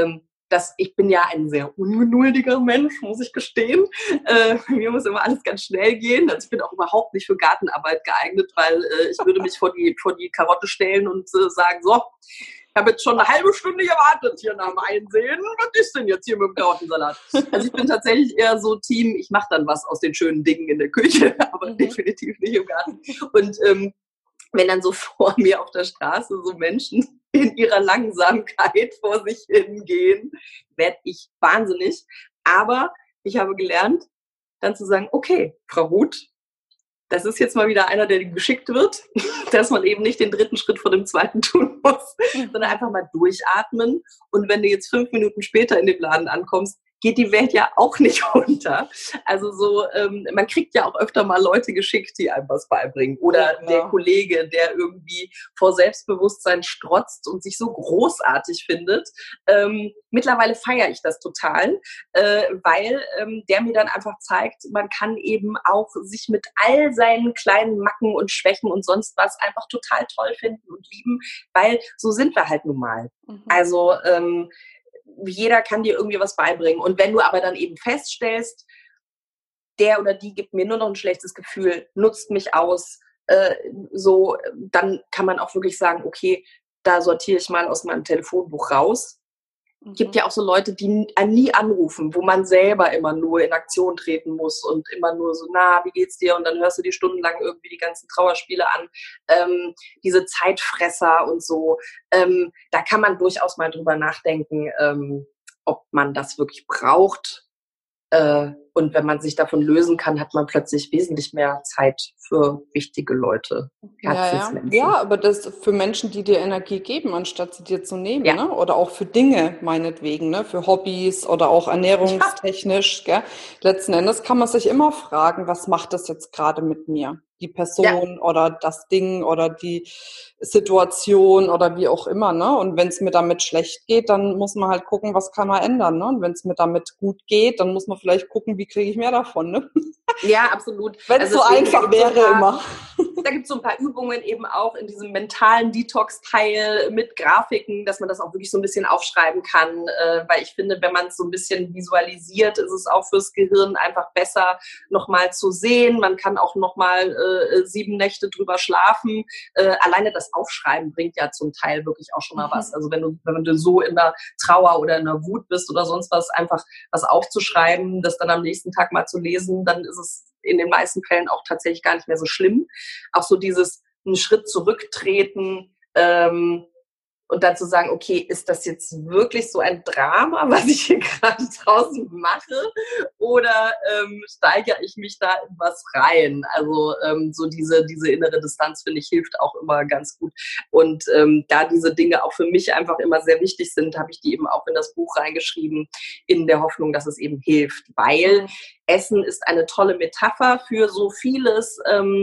Speaker 1: ich bin ja ein sehr ungeduldiger Mensch, muss ich gestehen. Mir muss immer alles ganz schnell gehen. Also ich bin auch überhaupt nicht für Gartenarbeit geeignet, weil ich würde mich vor die Karotte stellen und sagen, so, ich habe jetzt schon eine halbe Stunde gewartet hier nach dem Einsehen. Was ist denn jetzt hier mit dem Karottensalat? Also ich bin tatsächlich eher so Team, ich mache dann was aus den schönen Dingen in der Küche, aber definitiv nicht im Garten. Und wenn dann so vor mir auf der Straße so Menschen in ihrer Langsamkeit vor sich hingehen, werde ich wahnsinnig. Aber ich habe gelernt, dann zu sagen, okay, Frau Huth, das ist jetzt mal wieder einer, der geschickt wird, dass man eben nicht den dritten Schritt vor dem zweiten tun muss, sondern einfach mal durchatmen. Und wenn du jetzt 5 Minuten später in dem Laden ankommst, geht die Welt ja auch nicht unter. Also so, man kriegt ja auch öfter mal Leute geschickt, die einem was beibringen. Oder ja, der Kollege, der irgendwie vor Selbstbewusstsein strotzt und sich so großartig findet. Mittlerweile feiere ich das total, weil der mir dann einfach zeigt, man kann eben auch sich mit all seinen kleinen Macken und Schwächen und sonst was einfach total toll finden und lieben, weil so sind wir halt nun mal. Also jeder kann dir irgendwie was beibringen. Und wenn du aber dann eben feststellst, der oder die gibt mir nur noch ein schlechtes Gefühl, nutzt mich aus, dann kann man auch wirklich sagen, okay, da sortiere ich mal aus meinem Telefonbuch raus. Gibt ja auch so Leute, die einen nie anrufen, wo man selber immer nur in Aktion treten muss und immer nur so, na, wie geht's dir? Und dann hörst du die stundenlang irgendwie die ganzen Trauerspiele an, diese Zeitfresser und so. Da kann man durchaus mal drüber nachdenken, ob man das wirklich braucht. Und wenn man sich davon lösen kann, hat man plötzlich wesentlich mehr Zeit für wichtige Leute.
Speaker 2: Herzensmenschen. Ja, aber das für Menschen, die dir Energie geben, anstatt sie dir zu nehmen, ne? Oder auch für Dinge, meinetwegen, ne? Für Hobbys oder auch ernährungstechnisch. Gell? Letzten Endes kann man sich immer fragen, was macht das jetzt gerade mit mir? Die Person oder das Ding oder die Situation oder wie auch immer, ne? Und wenn es mir damit schlecht geht, dann muss man halt gucken, was kann man ändern, ne? Und wenn es mir damit gut geht, dann muss man vielleicht gucken, wie kriege ich mehr davon, ne?
Speaker 1: Ja, absolut.
Speaker 2: Wenn es so einfach wäre immer.
Speaker 1: Da gibt es so ein paar Übungen eben auch in diesem mentalen Detox-Teil mit Grafiken, dass man das auch wirklich so ein bisschen aufschreiben kann, weil ich finde, wenn man es so ein bisschen visualisiert, ist es auch fürs Gehirn einfach besser, nochmal zu sehen. Man kann auch nochmal 7 Nächte drüber schlafen. Alleine das Aufschreiben bringt ja zum Teil wirklich auch schon mal was. Also wenn du so in der Trauer oder in der Wut bist oder sonst was, einfach was aufzuschreiben, das dann am nächsten Tag mal zu lesen, dann ist es in den meisten Fällen auch tatsächlich gar nicht mehr so schlimm. Auch so dieses einen Schritt zurücktreten und dann zu sagen, okay, ist das jetzt wirklich so ein Drama, was ich hier gerade draußen mache, oder steigere ich mich da in was rein? Also so diese innere Distanz, finde ich, hilft auch immer ganz gut. Und da diese Dinge auch für mich einfach immer sehr wichtig sind, habe ich die eben auch in das Buch reingeschrieben, in der Hoffnung, dass es eben hilft. Weil Essen ist eine tolle Metapher für so vieles,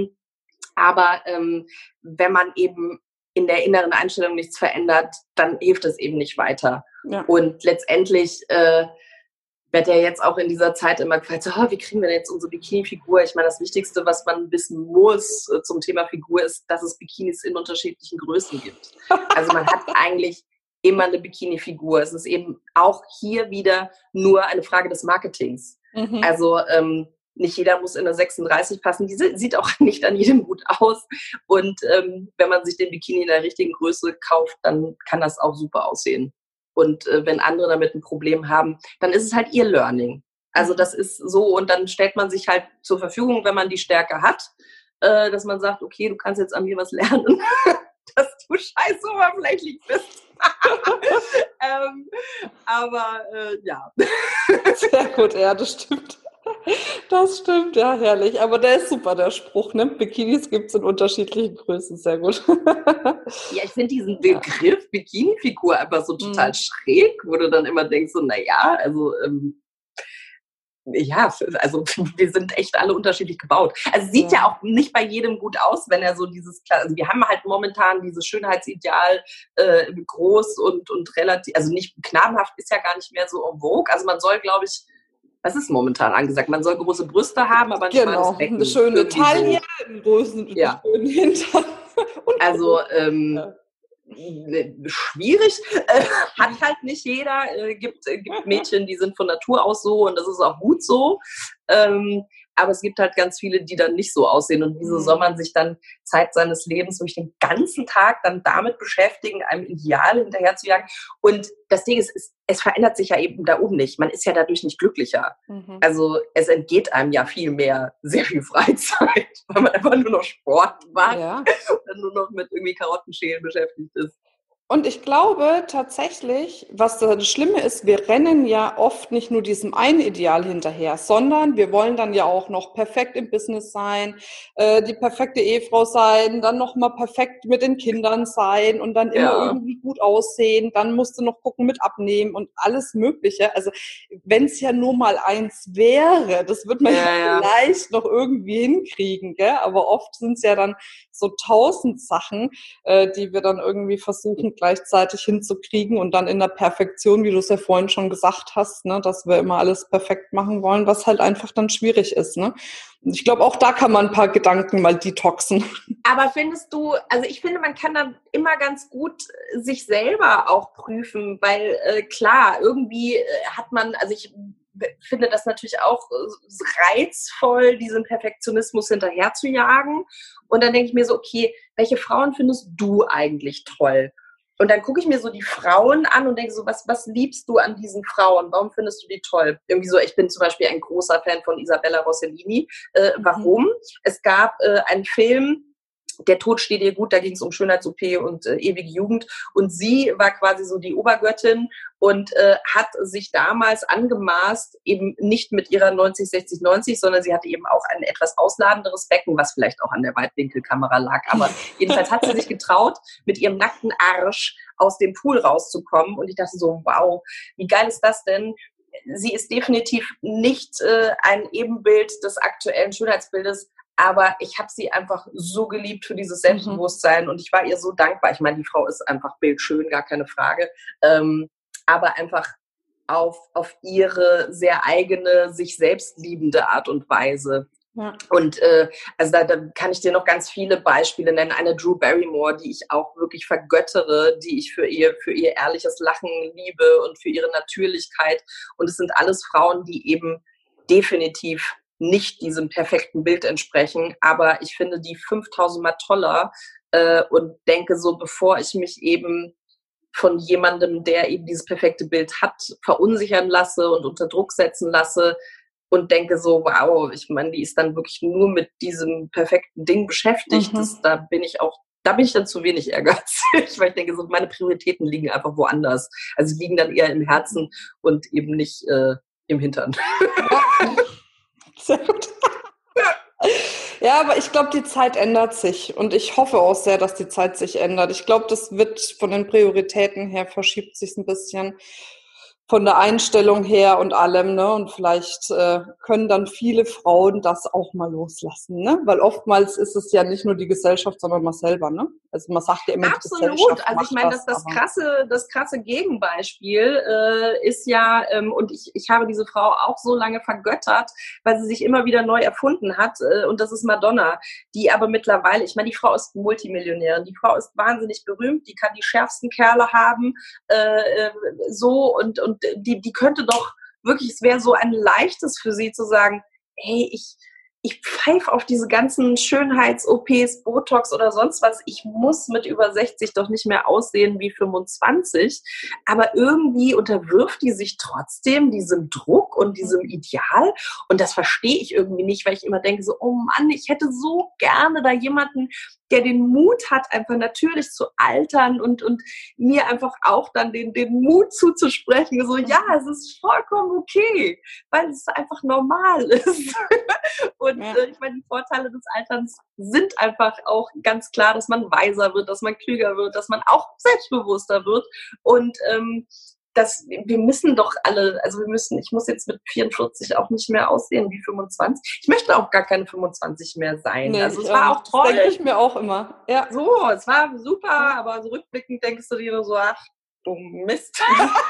Speaker 1: aber wenn man eben in der inneren Einstellung nichts verändert, dann hilft es eben nicht weiter. Ja. Und letztendlich wird ja jetzt auch in dieser Zeit immer gefragt, so, wie kriegen wir denn jetzt unsere Bikini-Figur? Ich meine, das Wichtigste, was man wissen muss zum Thema Figur, ist, dass es Bikinis in unterschiedlichen Größen gibt. Also man hat eigentlich immer eine Bikini-Figur. Es ist eben auch hier wieder nur eine Frage des Marketings. Also nicht jeder muss in eine 36 passen. Die sieht auch nicht an jedem gut aus. Und wenn man sich den Bikini in der richtigen Größe kauft, dann kann das auch super aussehen. Und wenn andere damit ein Problem haben, dann ist es halt ihr Learning. Also das ist so, und dann stellt man sich halt zur Verfügung, wenn man die Stärke hat. dass man sagt, okay, du kannst jetzt an mir was lernen, dass du scheiß oberflächlich bist. Aber ja.
Speaker 2: Sehr gut, ja, das stimmt. Das stimmt, ja, herrlich. Aber der ist super, der Spruch, ne? Bikinis gibt es in unterschiedlichen Größen, sehr gut.
Speaker 1: Ja, ich finde diesen Begriff Bikini-Figur einfach so total schräg, wo du dann immer denkst, so, naja, also ja, also wir sind echt alle unterschiedlich gebaut. Also sieht ja auch nicht bei jedem gut aus, wenn er so also wir haben halt momentan dieses Schönheitsideal groß und relativ, also nicht knabenhaft ist ja gar nicht mehr so en vogue. Also man soll, glaube ich, was ist momentan angesagt? Man soll große Brüste haben, aber ein schmales Becken.
Speaker 2: Eine schöne Taille, einen großen, schönen Hintern.
Speaker 1: Also schwierig, hat halt nicht jeder, gibt Mädchen, die sind von Natur aus so und das ist auch gut so, aber es gibt halt ganz viele, die dann nicht so aussehen und wieso soll man sich dann Zeit seines Lebens wirklich den ganzen Tag dann damit beschäftigen, einem Ideal hinterher zu jagen und das Ding ist, es verändert sich ja eben da oben nicht, man ist ja dadurch nicht glücklicher, also es entgeht einem ja viel mehr, sehr viel Freizeit, weil man einfach nur noch Sport macht und nur noch mit irgendwie Karottenschälen beschäftigt ist.
Speaker 2: Und ich glaube tatsächlich, was das Schlimme ist, wir rennen ja oft nicht nur diesem einen Ideal hinterher, sondern wir wollen dann ja auch noch perfekt im Business sein, die perfekte Ehefrau sein, dann nochmal perfekt mit den Kindern sein und dann immer irgendwie gut aussehen, dann musst du noch gucken mit abnehmen und alles Mögliche. Also wenn es ja nur mal eins wäre, das wird man ja vielleicht noch irgendwie hinkriegen, gell? Aber oft sind es ja dann so 1000 Sachen, die wir dann irgendwie versuchen gleichzeitig hinzukriegen und dann in der Perfektion, wie du es ja vorhin schon gesagt hast, ne, dass wir immer alles perfekt machen wollen, was halt einfach dann schwierig ist. Ne? Und ich glaube, auch da kann man ein paar Gedanken mal detoxen.
Speaker 1: Aber findest du, also ich finde, man kann dann immer ganz gut sich selber auch prüfen, weil klar, irgendwie hat man, also ich finde das natürlich auch reizvoll, diesen Perfektionismus hinterher zu jagen. Und dann denke ich mir so, okay, welche Frauen findest du eigentlich toll? Und dann gucke ich mir so die Frauen an und denke so, was liebst du an diesen Frauen? Warum findest du die toll? Irgendwie so, ich bin zum Beispiel ein großer Fan von Isabella Rossellini. Warum? Es gab einen Film, Der Tod steht ihr gut, da ging es um Schönheits-OP und ewige Jugend. Und sie war quasi so die Obergöttin und hat sich damals angemaßt, eben nicht mit ihrer 90-60-90, sondern sie hatte eben auch ein etwas ausladenderes Becken, was vielleicht auch an der Weitwinkelkamera lag. Aber jedenfalls hat sie sich getraut, mit ihrem nackten Arsch aus dem Pool rauszukommen. Und ich dachte so, wow, wie geil ist das denn? Sie ist definitiv nicht ein Ebenbild des aktuellen Schönheitsbildes, aber ich habe sie einfach so geliebt für dieses Selbstbewusstsein und ich war ihr so dankbar. Ich meine, die Frau ist einfach bildschön, gar keine Frage, aber einfach auf ihre sehr eigene, sich selbst liebende Art und Weise. Ja. Und also da kann ich dir noch ganz viele Beispiele nennen. Eine Drew Barrymore, die ich auch wirklich vergöttere, die ich für ihr ehrliches Lachen liebe und für ihre Natürlichkeit. Und es sind alles Frauen, die eben definitiv nicht diesem perfekten Bild entsprechen, aber ich finde die 5000 Mal toller und denke so, bevor ich mich eben von jemandem, der eben dieses perfekte Bild hat, verunsichern lasse und unter Druck setzen lasse und denke so, wow, ich meine, die ist dann wirklich nur mit diesem perfekten Ding beschäftigt. Da bin ich dann zu wenig ehrgeizig, weil ich denke, so meine Prioritäten liegen einfach woanders. Also sie liegen dann eher im Herzen und eben nicht im Hintern.
Speaker 2: Sehr gut. Ja, aber ich glaube, die Zeit ändert sich und ich hoffe auch sehr, dass die Zeit sich ändert. Ich glaube, das wird von den Prioritäten her, verschiebt sich ein bisschen von der Einstellung her und allem, ne? Und vielleicht können dann viele Frauen das auch mal loslassen, ne? Weil oftmals ist es ja nicht nur die Gesellschaft, sondern man selber, ne? Also man sagt ja immer,
Speaker 1: absolut. Die Gesellschaft also ich meine, das krasse Gegenbeispiel ist ja, und ich habe diese Frau auch so lange vergöttert, weil sie sich immer wieder neu erfunden hat, und das ist Madonna, die aber mittlerweile, ich meine, die Frau ist Multimillionärin, die Frau ist wahnsinnig berühmt, die kann die schärfsten Kerle haben, so und die könnte doch wirklich, es wäre so ein leichtes für sie zu sagen, hey, ich ich pfeife auf diese ganzen Schönheits-OPs, Botox oder sonst was. Ich muss mit über 60 doch nicht mehr aussehen wie 25. Aber irgendwie unterwirft die sich trotzdem diesem Druck und diesem Ideal. Und das verstehe ich irgendwie nicht, weil ich immer denke so, oh Mann, ich hätte so gerne da jemanden, der den Mut hat, einfach natürlich zu altern und mir einfach auch dann den Mut zuzusprechen. So, ja, es ist vollkommen okay, weil es einfach normal ist. Und ich meine, die Vorteile des Alterns sind einfach auch ganz klar, dass man weiser wird, dass man klüger wird, dass man auch selbstbewusster wird. Und wir müssen doch alle, ich muss jetzt mit 44 auch nicht mehr aussehen wie 25. Ich möchte auch gar keine 25 mehr sein.
Speaker 2: Nee,
Speaker 1: also es war auch toll.
Speaker 2: Das denke ich mir auch immer. Ja.
Speaker 1: So, es war super, aber so rückblickend denkst du dir nur so, ach, du Mist.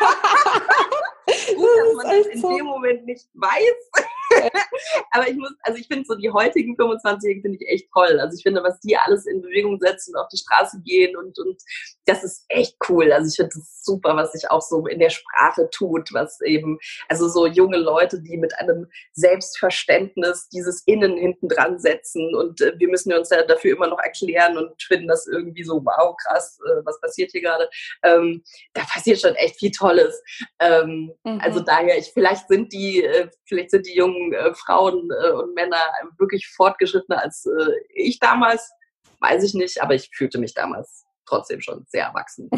Speaker 1: Gut, dass man das in dem Moment nicht weiß. Aber ich finde so die heutigen 25-Jährigen finde ich echt toll. Also ich finde, was die alles in Bewegung setzen und auf die Straße gehen und das ist echt cool. Also ich finde es super, was sich auch so in der Sprache tut, was eben, also so junge Leute, die mit einem Selbstverständnis dieses Innen hinten dran setzen und wir müssen uns ja dafür immer noch erklären und finden das irgendwie so, wow, krass, was passiert hier gerade? Da passiert schon echt viel Tolles. Also daher, vielleicht sind die jungen Frauen und Männer wirklich fortgeschrittener als ich damals, weiß ich nicht, aber ich fühlte mich damals trotzdem schon sehr erwachsen.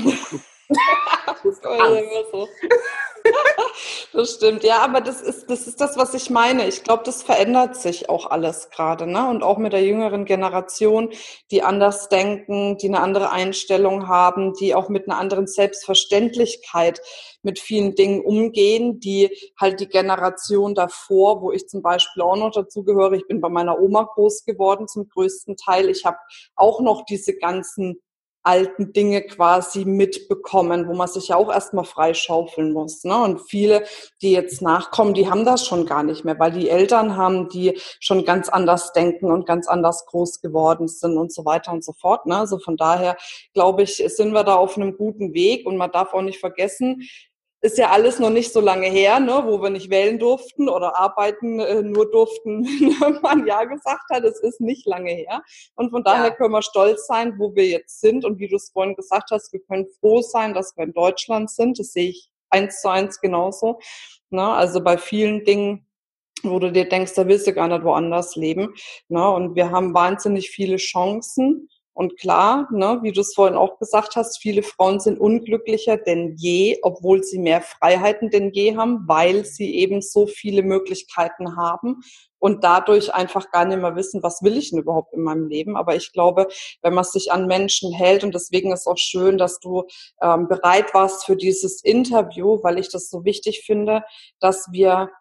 Speaker 2: Das stimmt, ja, aber das ist das, was ich meine. Ich glaube, das verändert sich auch alles gerade, ne? Und auch mit der jüngeren Generation, die anders denken, die eine andere Einstellung haben, die auch mit einer anderen Selbstverständlichkeit mit vielen Dingen umgehen, die halt die Generation davor, wo ich zum Beispiel auch noch dazugehöre, ich bin bei meiner Oma groß geworden zum größten Teil. Ich habe auch noch diese ganzen alten Dinge quasi mitbekommen, wo man sich ja auch erstmal freischaufeln muss, ne? Und viele, die jetzt nachkommen, die haben das schon gar nicht mehr, weil die Eltern haben, die schon ganz anders denken und ganz anders groß geworden sind und so weiter und so fort, ne? Also von daher, glaube ich, sind wir da auf einem guten Weg und man darf auch nicht vergessen, ist ja alles noch nicht so lange her, ne, wo wir nicht wählen durften oder arbeiten nur durften, wenn man Ja gesagt hat. Es ist nicht lange her. Und von daher können wir stolz sein, wo wir jetzt sind. Und wie du es vorhin gesagt hast, wir können froh sein, dass wir in Deutschland sind. Das sehe ich 1:1 genauso. Ne, also bei vielen Dingen, wo du dir denkst, da willst du gar nicht woanders leben. Ne, und wir haben wahnsinnig viele Chancen. Und klar, ne, wie du es vorhin auch gesagt hast, viele Frauen sind unglücklicher denn je, obwohl sie mehr Freiheiten denn je haben, weil sie eben so viele Möglichkeiten haben und dadurch einfach gar nicht mehr wissen, was will ich denn überhaupt in meinem Leben. Aber ich glaube, wenn man sich an Menschen hält, und deswegen ist auch schön, dass du bereit warst für dieses Interview, weil ich das so wichtig finde, dass wir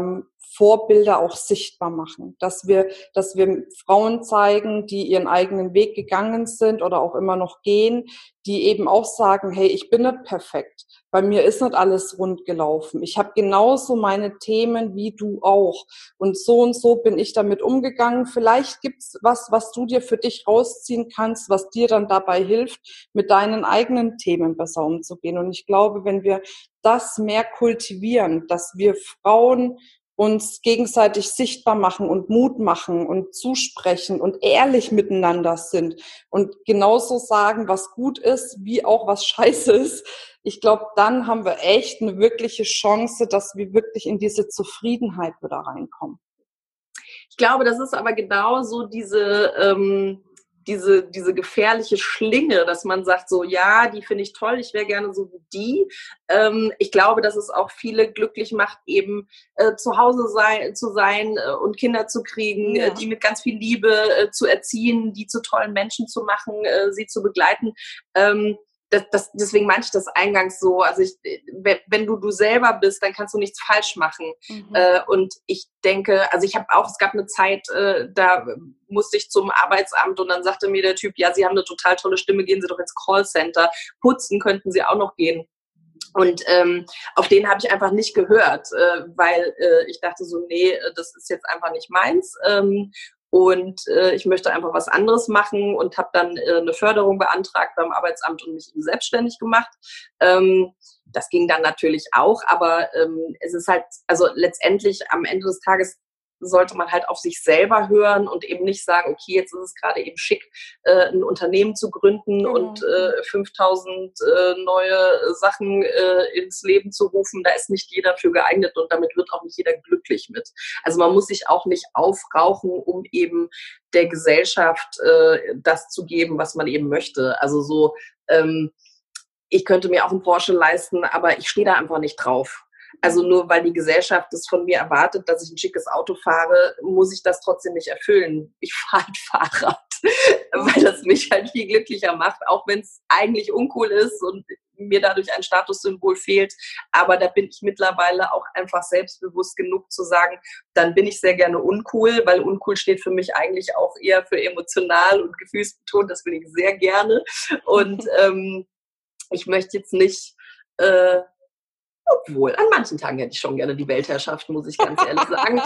Speaker 2: Vorbilder auch sichtbar machen, dass wir Frauen zeigen, die ihren eigenen Weg gegangen sind oder auch immer noch gehen, die eben auch sagen, hey, ich bin nicht perfekt, bei mir ist nicht alles rund gelaufen, ich habe genauso meine Themen wie du auch und so bin ich damit umgegangen. Vielleicht gibt's was du dir für dich rausziehen kannst, was dir dann dabei hilft, mit deinen eigenen Themen besser umzugehen. Und ich glaube, wenn wir das mehr kultivieren, dass wir Frauen uns gegenseitig sichtbar machen und Mut machen und zusprechen und ehrlich miteinander sind und genauso sagen, was gut ist, wie auch was scheiße ist. Ich glaube, dann haben wir echt eine wirkliche Chance, dass wir wirklich in diese Zufriedenheit wieder reinkommen.
Speaker 1: Ich glaube, das ist aber genau so diese gefährliche Schlinge, dass man sagt so, ja, die finde ich toll, ich wäre gerne so wie die. Ich glaube, dass es auch viele glücklich macht, eben zu Hause zu sein und Kinder zu kriegen, die mit ganz viel Liebe zu erziehen, die zu tollen Menschen zu machen, sie zu begleiten. Deswegen meinte ich das eingangs so, also wenn du selber bist, dann kannst du nichts falsch machen. Und ich denke, also es gab eine Zeit, da musste ich zum Arbeitsamt und dann sagte mir der Typ, ja, Sie haben eine total tolle Stimme, gehen Sie doch ins Callcenter, putzen könnten Sie auch noch gehen. Und auf den habe ich einfach nicht gehört, weil ich dachte so, nee, das ist jetzt einfach nicht meins. Und ich möchte einfach was anderes machen und habe dann eine Förderung beantragt beim Arbeitsamt und mich selbstständig gemacht. Das ging dann natürlich auch, aber es ist halt, also letztendlich am Ende des Tages sollte man halt auf sich selber hören und eben nicht sagen, okay, jetzt ist es gerade eben schick, ein Unternehmen zu gründen und 5000 neue Sachen ins Leben zu rufen. Da ist nicht jeder für geeignet und damit wird auch nicht jeder glücklich mit. Also man muss sich auch nicht aufrauchen, um eben der Gesellschaft das zu geben, was man eben möchte. Also so, ich könnte mir auch einen Porsche leisten, aber ich stehe da einfach nicht drauf. Also nur weil die Gesellschaft es von mir erwartet, dass ich ein schickes Auto fahre, muss ich das trotzdem nicht erfüllen. Ich fahre halt Fahrrad, weil das mich halt viel glücklicher macht, auch wenn es eigentlich uncool ist und mir dadurch ein Statussymbol fehlt. Aber da bin ich mittlerweile auch einfach selbstbewusst genug zu sagen, dann bin ich sehr gerne uncool, weil uncool steht für mich eigentlich auch eher für emotional und gefühlsbetont. Das bin ich sehr gerne. Und ich möchte jetzt nicht... obwohl, an manchen Tagen hätte ich schon gerne die Weltherrschaft, muss ich ganz ehrlich sagen.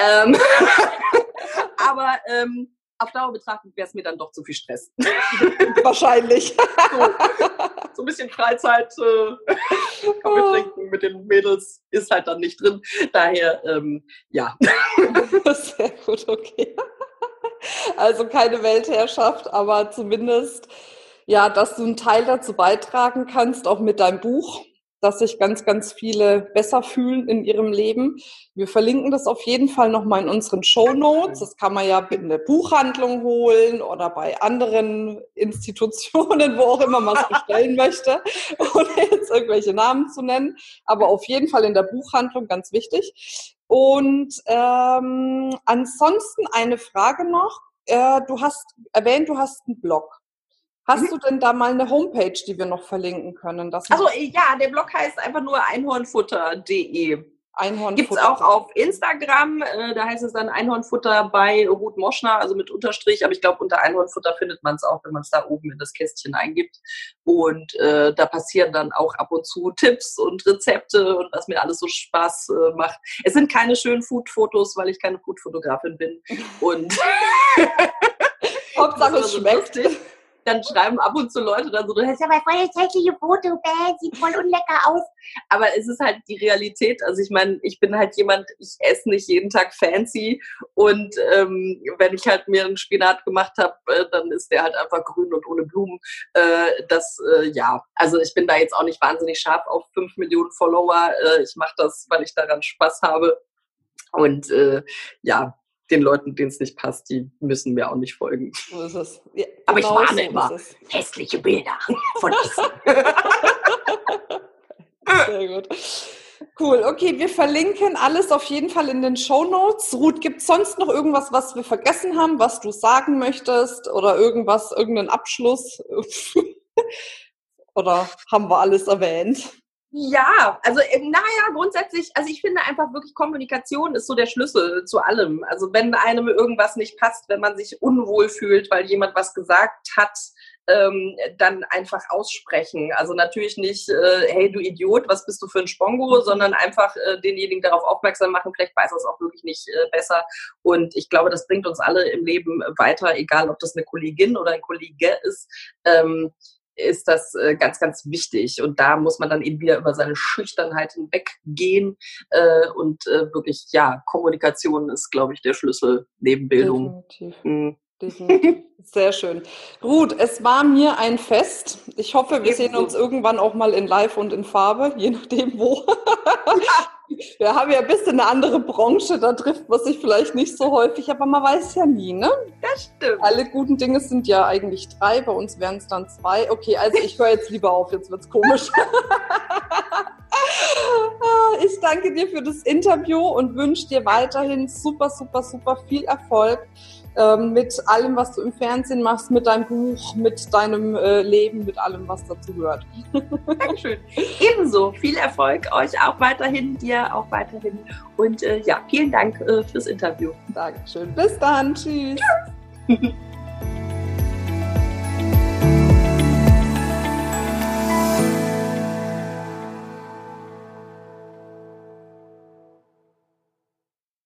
Speaker 1: Aber auf Dauer betrachtet wäre es mir dann doch zu viel Stress.
Speaker 2: Wahrscheinlich.
Speaker 1: So ein bisschen Freizeit, Kaffee trinken mit den Mädels ist halt dann nicht drin. Daher, ja.
Speaker 2: Sehr gut, okay. Also keine Weltherrschaft, aber zumindest, ja, dass du einen Teil dazu beitragen kannst, auch mit deinem Buch, dass sich ganz, ganz viele besser fühlen in ihrem Leben. Wir verlinken das auf jeden Fall nochmal in unseren Shownotes. Das kann man ja in der Buchhandlung holen oder bei anderen Institutionen, wo auch immer man es bestellen möchte, ohne jetzt irgendwelche Namen zu nennen. Aber auf jeden Fall in der Buchhandlung, ganz wichtig. Und ansonsten eine Frage noch. Du hast erwähnt, du hast einen Blog. Hast du denn da mal eine Homepage, die wir noch verlinken können?
Speaker 1: Also ja, der Blog heißt einfach nur einhornfutter.de.
Speaker 2: Einhornfutter.
Speaker 1: Gibt es auch auf Instagram, da heißt es dann Einhornfutter bei Ruth Moschner, also mit Unterstrich, aber ich glaube, unter Einhornfutter findet man es auch, wenn man es da oben in das Kästchen eingibt. Und da passieren dann auch ab und zu Tipps und Rezepte und was mir alles so Spaß macht. Es sind keine schönen Food-Fotos, weil ich keine Food-Fotografin bin. Und
Speaker 2: Hauptsache es schmeckt.
Speaker 1: Dann schreiben ab und zu Leute dann so, du hast ja mal voll das hässliche Foto, sieht voll unlecker aus. Aber es ist halt die Realität. Also ich meine, ich bin halt jemand, ich esse nicht jeden Tag fancy. Und wenn ich halt mir einen Spinat gemacht habe, dann ist der halt einfach grün und ohne Blumen. Ja, also ich bin da jetzt auch nicht wahnsinnig scharf auf 5 Millionen Follower. Ich mache das, weil ich daran Spaß habe. Und ja, den Leuten, denen es nicht passt, die müssen mir auch nicht folgen.
Speaker 2: So ist es. Ja,
Speaker 1: aber ich warne immer hässliche Bilder von Essen.
Speaker 2: Sehr gut. Cool, okay, wir verlinken alles auf jeden Fall in den Shownotes. Ruth, gibt es sonst noch irgendwas, was wir vergessen haben, was du sagen möchtest oder irgendeinen Abschluss? Oder haben wir alles erwähnt?
Speaker 1: Ja, also grundsätzlich, also ich finde einfach wirklich, Kommunikation ist so der Schlüssel zu allem. Also wenn einem irgendwas nicht passt, wenn man sich unwohl fühlt, weil jemand was gesagt hat, dann einfach aussprechen. Also natürlich nicht, hey du Idiot, was bist du für ein Spongo, sondern einfach denjenigen darauf aufmerksam machen, vielleicht weiß er es auch wirklich nicht besser. Und ich glaube, das bringt uns alle im Leben weiter, egal ob das eine Kollegin oder ein Kollege ist das ganz, ganz wichtig. Und da muss man dann eben wieder über seine Schüchternheit hinweggehen. Und wirklich, ja, Kommunikation ist, glaube ich, der Schlüssel neben Bildung.
Speaker 2: Definitiv. Definitiv. Sehr schön. Ruth, es war mir ein Fest. Ich hoffe, wir sehen uns irgendwann auch mal in Live und in Farbe, je nachdem wo. Wir haben ja ein bisschen eine andere Branche, da trifft man sich vielleicht nicht so häufig, aber man weiß ja nie, ne?
Speaker 1: Das stimmt.
Speaker 2: Alle guten Dinge sind ja eigentlich 3, bei uns wären es dann 2. Okay, also ich höre jetzt lieber auf, jetzt wird's komisch. Ich danke dir für das Interview und wünsche dir weiterhin super, super, super viel Erfolg mit allem, was du im Fernsehen machst, mit deinem Buch, mit deinem Leben, mit allem, was dazu gehört.
Speaker 1: Dankeschön. Ebenso. Viel Erfolg euch auch weiterhin, dir auch weiterhin. Und ja, vielen Dank fürs Interview.
Speaker 2: Dankeschön. Bis dann. Tschüss.